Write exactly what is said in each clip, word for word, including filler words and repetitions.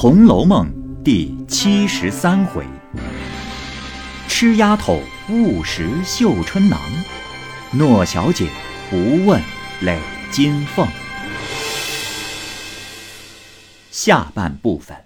红楼梦》第七十三回，吃丫头误食绣春囊，诺小姐不问累金凤。下半部分。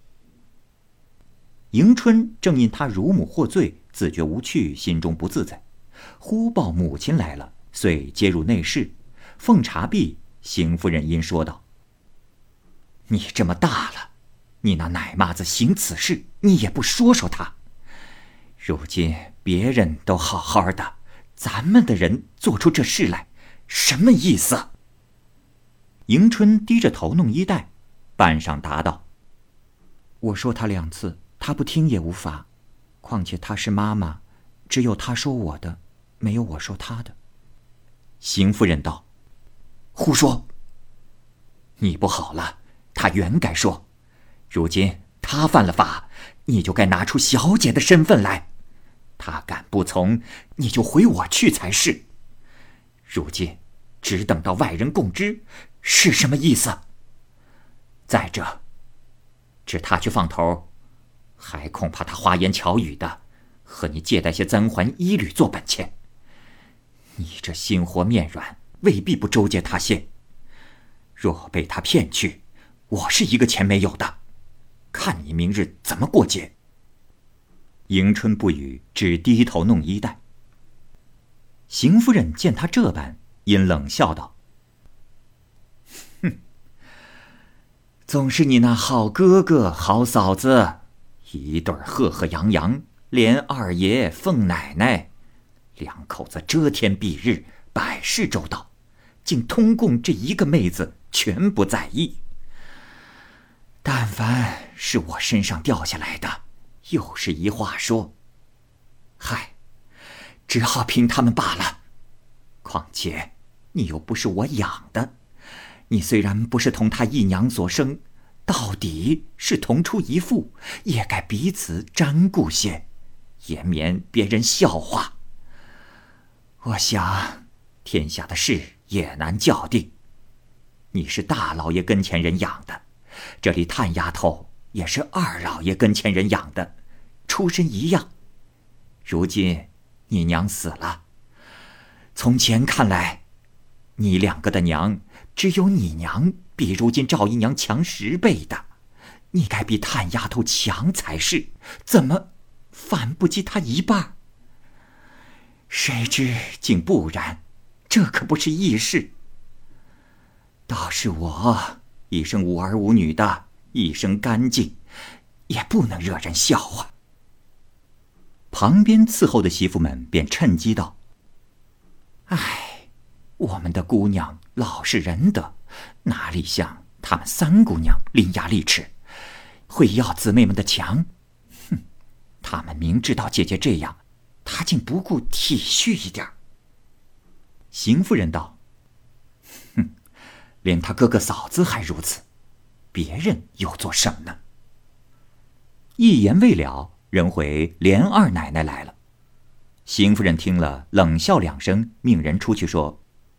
迎春正因她乳母获罪，自觉无趣，心中不自在，忽报母亲来了，遂接入内室。奉茶毕，邢夫人因说道：“你这么大了，你那奶妈子行此事，你也不说说她。如今别人都好好的，咱们的人做出这事来，什么意思？”迎春低着头弄衣带，半晌答道：“我说她两次，她不听也无法，况且她是妈妈，只有她说我的，没有我说她的。”邢夫人道：“胡说！你不好了，她原该说，如今她犯了法，你就该拿出小姐的身份来，她敢不从，你就回我去才是。如今只等到外人共知，是什么意思？再者，指她去放头，还恐怕她花言巧语的，和你借贷些簪环衣履做本钱。你这心活面软，未必不周接他些。若被他骗去，我是一个钱没有的，看你明日怎么过节。”迎春不语，只低头弄衣带。邢夫人见他这般，因冷笑道：“哼，总是你那好哥哥好嫂子，一对赫赫扬扬，连二爷凤奶奶，两口子遮天蔽日，百事周到，竟通共这一个妹子全不在意。但凡是我身上掉下来的，又是一话说，嗨，只好凭他们罢了。况且你又不是我养的，你虽然不是同他一娘所生，到底是同出一父，也该彼此沾顾些，也免别人笑话。我想天下的事也难校定，你是大老爷跟前人养的，这里探丫头也是二老爷跟前人养的，出身一样。如今你娘死了，从前看来，你两个的娘只有你娘比如今赵姨娘强十倍的，你该比探丫头强才是，怎么反不及她一半？谁知竟不然，这可不是易事。倒是我一生无儿无女的，一生干净，也不能惹人笑话。旁边伺候的媳妇们便趁机道：“哎，我们的姑娘老实仁德，哪里像她们三姑娘伶牙俐齿，会要姊妹们的强。哼，她们明知道姐姐这样，她竟不顾体恤一点。”邢夫人道：“哼，连她哥哥嫂子还如此，别人又做什么呢？”一言未了，人回连二奶奶来了。邢夫人听了，冷笑两声，命人出去说：“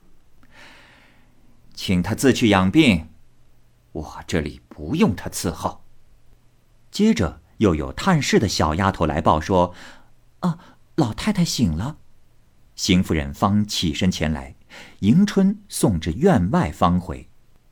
请她自去养病，我这里不用她伺候。”接着又有探视的小丫头来报说：“啊，老太太醒了。”邢夫人方起身前来，迎春送至院外方回。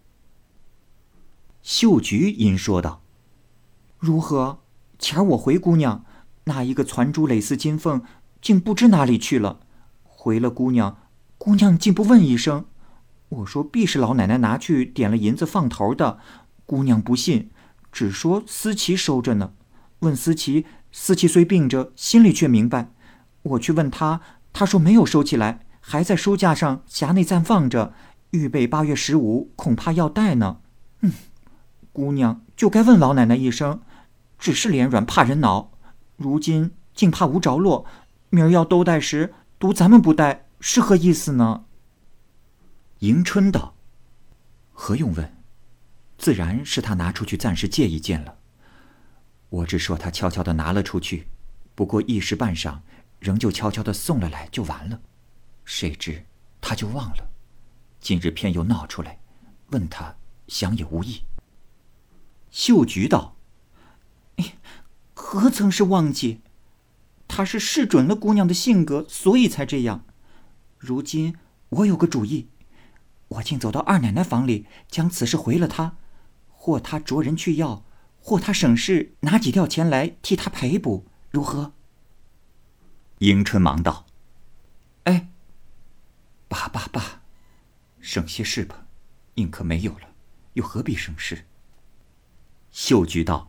秀菊因说道：“如何？前儿我回姑娘，那一个攒珠蕾丝金凤竟不知哪里去了。回了姑娘，姑娘竟不问一声。我说必是老奶奶拿去点了银子放头的，姑娘不信，只说思琪收着呢。问思琪，思琪虽病着，心里却明白。我去问她，她说没有收起来，还在书架上匣内暂放着，预备八月十五恐怕要带呢。嗯，姑娘就该问老奶奶一声，只是脸软怕人恼，如今竟怕无着落，明儿要都带时，独咱们不带，是何意思呢？”迎春道：“何用问？自然是他拿出去暂时借一件了。我只说他悄悄地拿了出去，不过一时半晌，仍旧悄悄地送了来就完了。谁知他就忘了，今日偏又闹出来，问他想也无益。” 秀菊道：“哎，何曾是忘记？他是试准了姑娘的性格，所以才这样。如今我有个主意，我竟走到二奶奶房里，将此事回了她，或她着人去要，或她省事拿几吊钱来替她赔补，如何？”迎春忙道：“哎，罢罢罢，省些事吧，宁可没有了，又何必省事？”秀菊道：“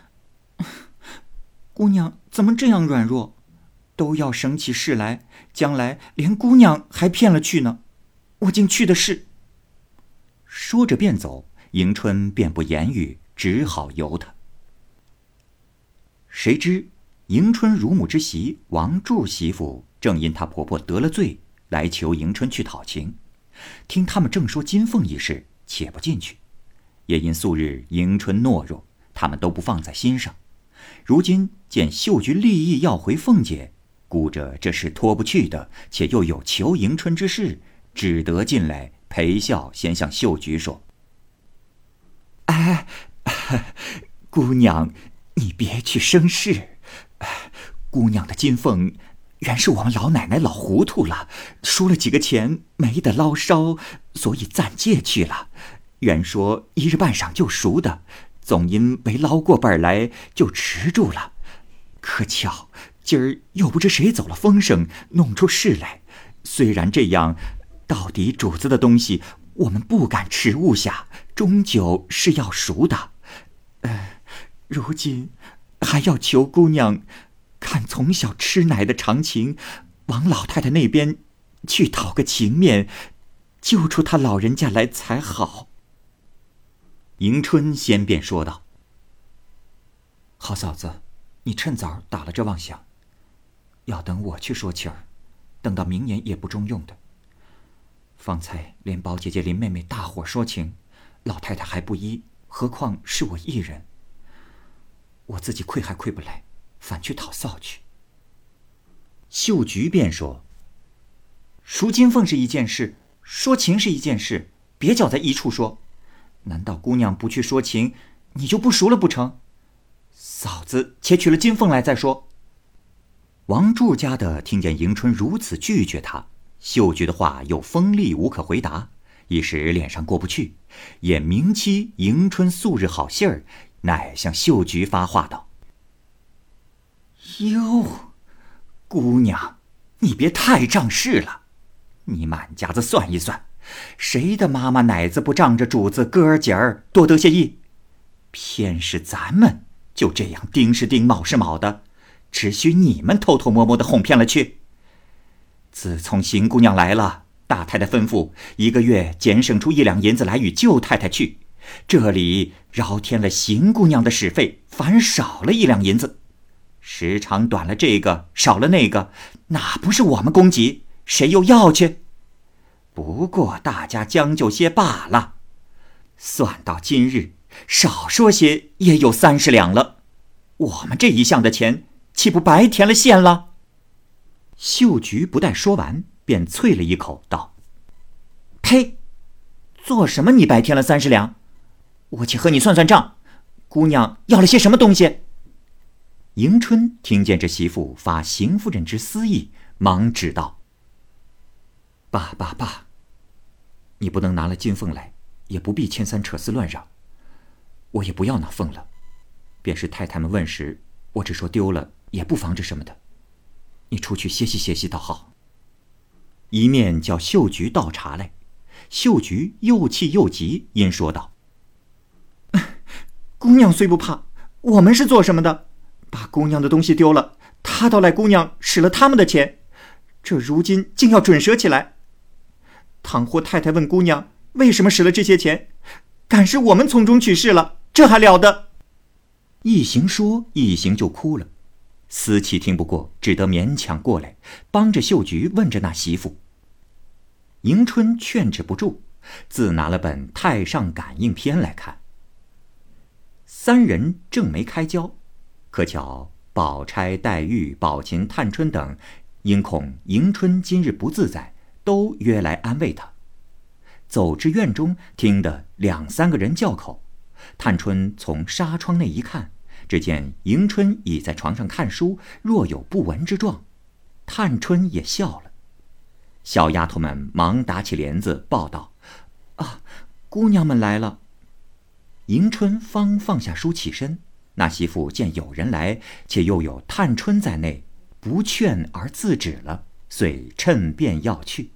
姑娘怎么这样软弱？都要省起事来，将来连姑娘还骗了去呢，我竟去的是。”说着便走，迎春便不言语，只好由他。谁知迎春乳母之媳王柱媳妇正因她婆婆得了罪，来求迎春去讨情。听他们正说金凤一事，且不进去。也因素日迎春懦弱，他们都不放在心上。如今见秀菊立意要回凤姐，顾着这事脱不去的，且又有求迎春之事，只得进来陪笑，先向秀菊说：“哎，姑娘，你别去生事。姑娘的金凤原是我们老奶奶老糊涂了，输了几个钱没得捞烧，所以暂借去了。原说一日半晌就赎的，总因没捞过本来，就迟住了。可巧今儿又不知谁走了风声，弄出事来。虽然这样，到底主子的东西我们不敢迟误下，终究是要赎的。呃，如今还要求姑娘看从小吃奶的常情，往老太太那边去讨个情面，救出她老人家来才好。”迎春先便说道：“好嫂子，你趁早打了这妄想，要等我去说情儿，等到明年也不中用的。方才连宝姐姐、林妹妹大伙说情，老太太还不依，何况是我一人？我自己愧还愧不来，反去讨臊去。”秀菊便说：“赎金凤是一件事，说情是一件事，别搅在一处说。难道姑娘不去说情，你就不赎了不成？嫂子且取了金凤来再说。”王柱家的听见迎春如此拒绝他，秀菊的话又锋利无可回答，一时脸上过不去，也明期迎春素日好信儿，乃向秀菊发话道：“哟，姑娘，你别太仗势了，你满家子算一算，谁的妈妈奶子不仗着主子哥儿姐儿多得些意？偏是咱们就这样丁是丁卯是卯的，只许你们偷偷摸摸的哄骗了去。自从邢姑娘来了，大太太吩咐一个月减省出一两银子来与舅太太去，这里饶添了邢姑娘的使费，反少了一两银子。时常短了这个，少了那个，哪不是我们供给？谁又要去？不过大家将就些罢了。算到今日，少说些也有三十两了。我们这一项的钱，岂不白填了线了？”秀菊不待说完，便啐了一口，道：“呸！做什么你白填了三十两？我且和你算算账，姑娘要了些什么东西？”迎春听见这媳妇发邢夫人之私意，忙止道：“罢罢罢，你不能拿了金凤来，也不必牵三扯四乱嚷。我也不要那凤了，便是太太们问时，我只说丢了，也不妨着什么的。你出去歇息歇息倒好。”一面叫秀菊倒茶来，秀菊又气又急，因说道：“姑娘虽不怕，我们是做什么的？把姑娘的东西丢了，他倒赖姑娘使了他们的钱，这如今竟要准折起来。倘或太太问姑娘为什么使了这些钱，敢是我们从中取事了，这还了得？”一行说，一行就哭了。思琪听不过，只得勉强过来，帮着秀菊问着那媳妇。迎春劝止不住，自拿了本《太上感应篇》来看。三人正没开交，可巧宝钗、黛玉、宝琴、探春等因恐迎春今日不自在，都约来安慰她。走至院中，听得两三个人叫口， 探春从纱窗内一看，只见迎春倚在床上看书，若有不闻之状。探春也笑了。小丫头们忙打起帘子报道：“啊，姑娘们来了。”迎春方放下书起身，那媳妇见有人来，且又有探春在内，不劝而自止了，遂趁便要去。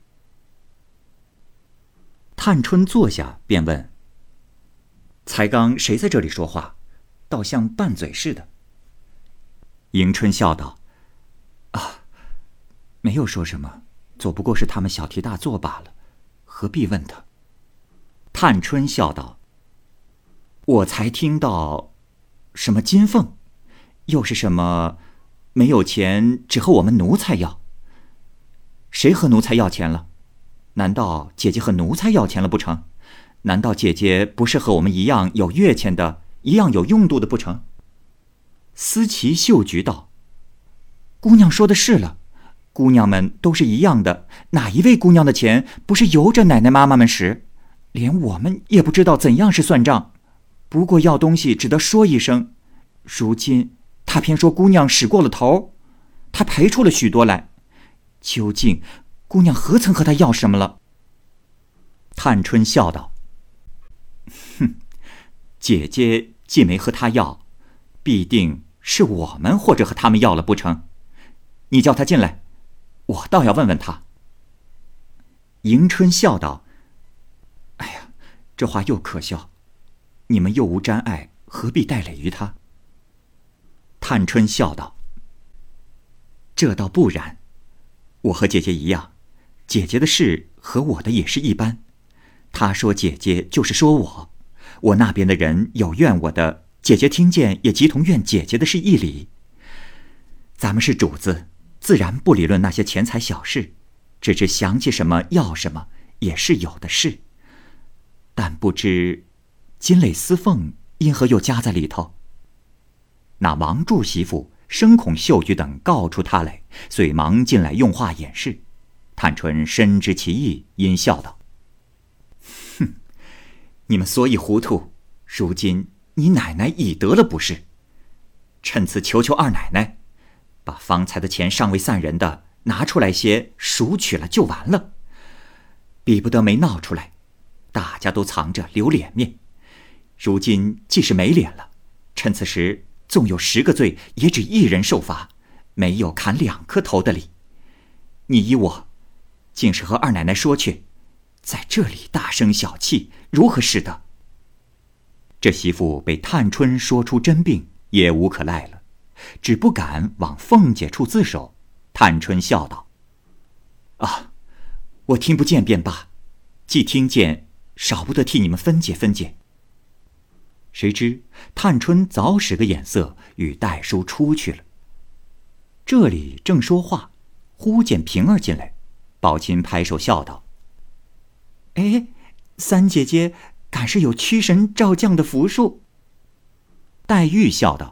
探春坐下便问：“才刚谁在这里说话，倒像拌嘴似的？”迎春笑道：“啊，没有说什么，左不过是他们小题大做罢了，何必问他？”探春笑道：“我才听到什么金凤，又是什么没有钱只和我们奴才要。谁和奴才要钱了？难道姐姐和奴才要钱了不成？难道姐姐不是和我们一样有月钱的，一样有用度的不成？”思琪、秀菊道：“姑娘说的是了，姑娘们都是一样的，哪一位姑娘的钱不是由着奶奶妈妈们使？连我们也不知道怎样是算账，不过要东西只得说一声。如今他偏说姑娘使过了头，他赔出了许多来，究竟姑娘何曾和他要什么了？”探春笑道：“哼，姐姐既没和他要，必定是我们或者和他们要了不成？你叫他进来，我倒要问问他。”迎春笑道：“哎呀，这话又可笑，你们又无沾爱，何必带累于他？”探春笑道：“这倒不然，我和姐姐一样，姐姐的事和我的也是一般。她说姐姐就是说我，我那边的人有怨我的，姐姐听见也即同怨姐姐的是一理。咱们是主子，自然不理论那些钱财小事，只知想起什么要什么也是有的事。但不知金蕾丝凤因何又夹在里头？”那王柱媳妇生恐秀菊等告出他来，遂忙进来用话掩饰。探春深知其意，因笑道：“哼，你们所以糊涂，如今你奶奶已得了不是？趁此求求二奶奶，把方才的钱尚未散人的拿出来些，赎取了就完了。比不得没闹出来，大家都藏着留脸面。如今既是没脸了，趁此时纵有十个罪，也只一人受罚，没有砍两颗头的理。你依我，竟是和二奶奶说去，在这里大声小气，如何使得？”这媳妇被探春说出真病，也无可赖了，只不敢往凤姐处自首。探春笑道：“啊，我听不见便罢，既听见，少不得替你们分解分解。”谁知探春早使个眼色，与代书出去了。这里正说话，忽见平儿进来，宝琴拍手笑道：“哎，三姐姐敢是有驱神照将的符术？”黛玉笑道：“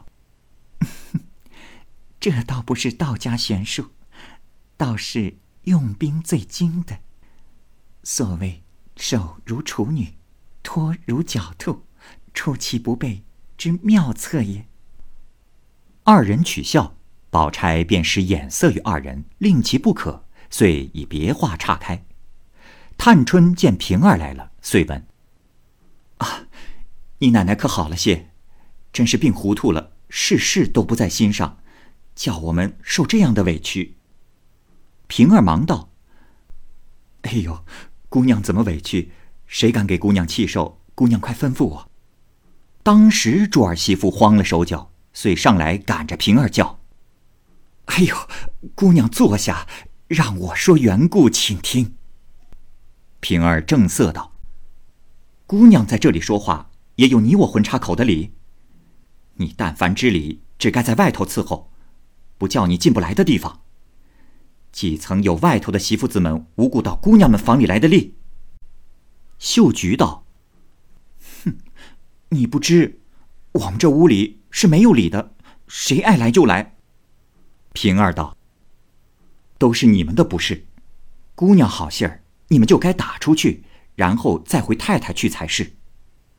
这倒不是道家玄术，倒是用兵最精的。所谓手如处女，托如狡兔，出其不备之妙策也。”二人取笑，宝钗便使眼色与二人，令其不可，遂以别话岔开。探春见平儿来了，遂问：“啊，你奶奶可好了些？真是病糊涂了，事事都不在心上，叫我们受这样的委屈。”平儿忙道：“哎呦，姑娘怎么委屈？谁敢给姑娘气受？姑娘快吩咐我。”当时珠儿媳妇慌了手脚，遂上来赶着平儿叫：“哎呦，姑娘坐下，让我说缘故，请听。”平儿正色道：“姑娘在这里说话，也有你我混插口的理。你但凡知理，只该在外头伺候，不叫你进不来的地方。既曾有外头的媳妇子们无故到姑娘们房里来的力。”秀菊道：“哼，你不知，我们这屋里是没有理的，谁爱来就来。”平儿道：“都是你们的不是，姑娘好信儿，你们就该打出去，然后再回太太去才是。”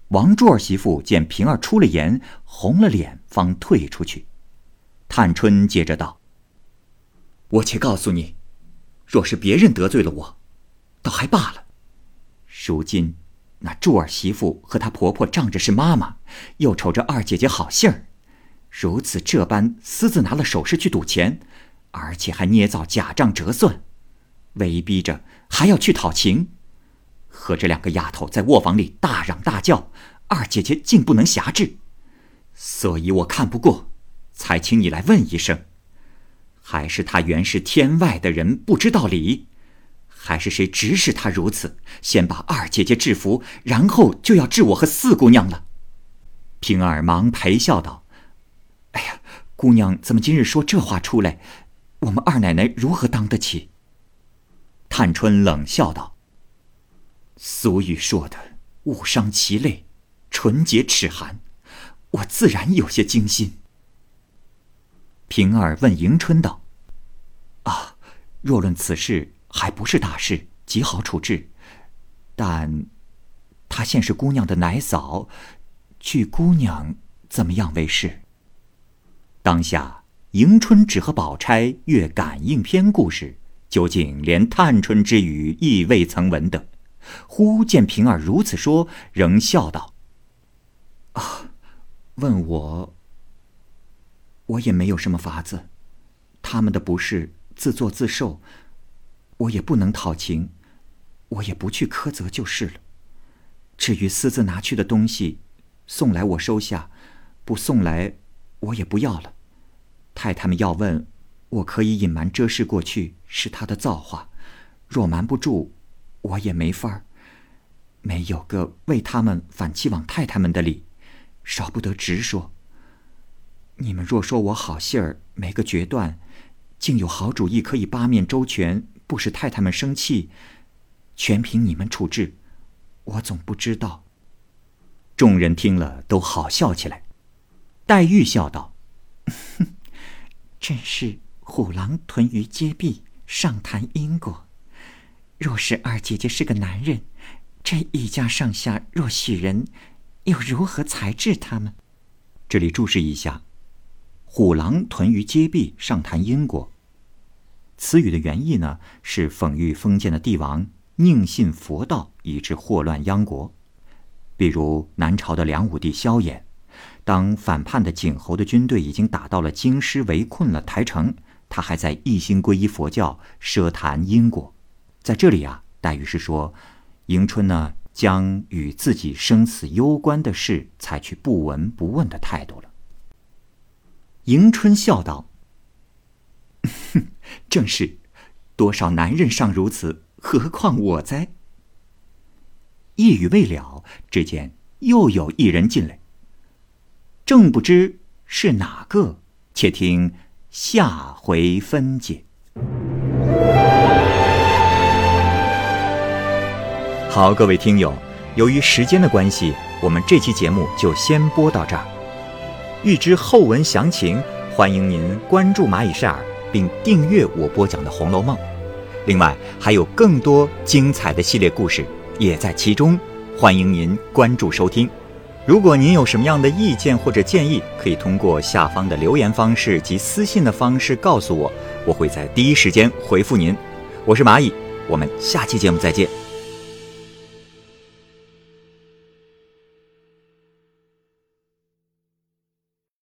王柱儿媳妇见平儿出了言，红了脸，方退出去。探春接着道：“我且告诉你，若是别人得罪了我，倒还罢了。如今那柱儿媳妇和她婆婆仗着是妈妈，又瞅着二姐姐好信儿，如此这般私自拿了首饰去赌钱，而且还捏造假账折算，威逼着还要去讨情。和这两个丫头在卧房里大嚷大叫，二姐姐竟不能辖制，所以我看不过，才请你来问一声，还是她原是天外的人，不知道理，还是谁指使她如此，先把二姐姐制服，然后就要治我和四姑娘了？”平儿忙陪笑道：“哎呀，姑娘怎么今日说这话出来？我们二奶奶如何当得起？”探春冷笑道：“俗语说的物伤其类，纯洁齿寒，我自然有些惊心。”平儿问迎春道：“啊，若论此事，还不是大事，极好处置。但她现是姑娘的奶嫂，据姑娘怎么样为是？”当下迎春只和宝钗阅感应篇故事，究竟连探春之语亦未曾闻得。忽见平儿如此说，仍笑道：“啊，问我，我也没有什么法子。他们的不是自作自受，我也不能讨情，我也不去苛责就是了。至于私自拿去的东西，送来我收下，不送来我也不要了。太太们要问，我可以隐瞒遮饰过去是他的造化，若瞒不住，我也没法儿。没有个为他们反欺枉太太们的理，少不得直说。你们若说我好信儿，没个决断，竟有好主意可以八面周全，不使太太们生气，全凭你们处置，我总不知道。”众人听了都好笑起来。黛玉笑道：“真是虎狼屯于街壁，上谈因果。若是二姐姐是个男人，这一家上下若许人，又如何裁制他们？”这里注释一下，虎狼屯于街壁，上谈因果。此语的原意呢，是讽喻封建的帝王宁信佛道，以致祸乱殃国。比如南朝的梁武帝萧衍，当反叛的景侯的军队已经打到了京师，围困了台城，他还在一心皈依佛教，奢谈因果。在这里啊，黛玉是说迎春呢，将与自己生死攸关的事采取不闻不问的态度了。迎春笑道：“正是，多少男人尚如此，何况我哉？”一语未了，只见又有一人进来，正不知是哪个，且听下回分解。好，各位听友，由于时间的关系，我们这期节目就先播到这儿。欲知后文详情，欢迎您关注蚂蚁晒尔，并订阅我播讲的《红楼梦》。另外，还有更多精彩的系列故事也在其中，欢迎您关注收听。如果您有什么样的意见或者建议，可以通过下方的留言方式及私信的方式告诉我，我会在第一时间回复您。我是蚂蚁，我们下期节目再见。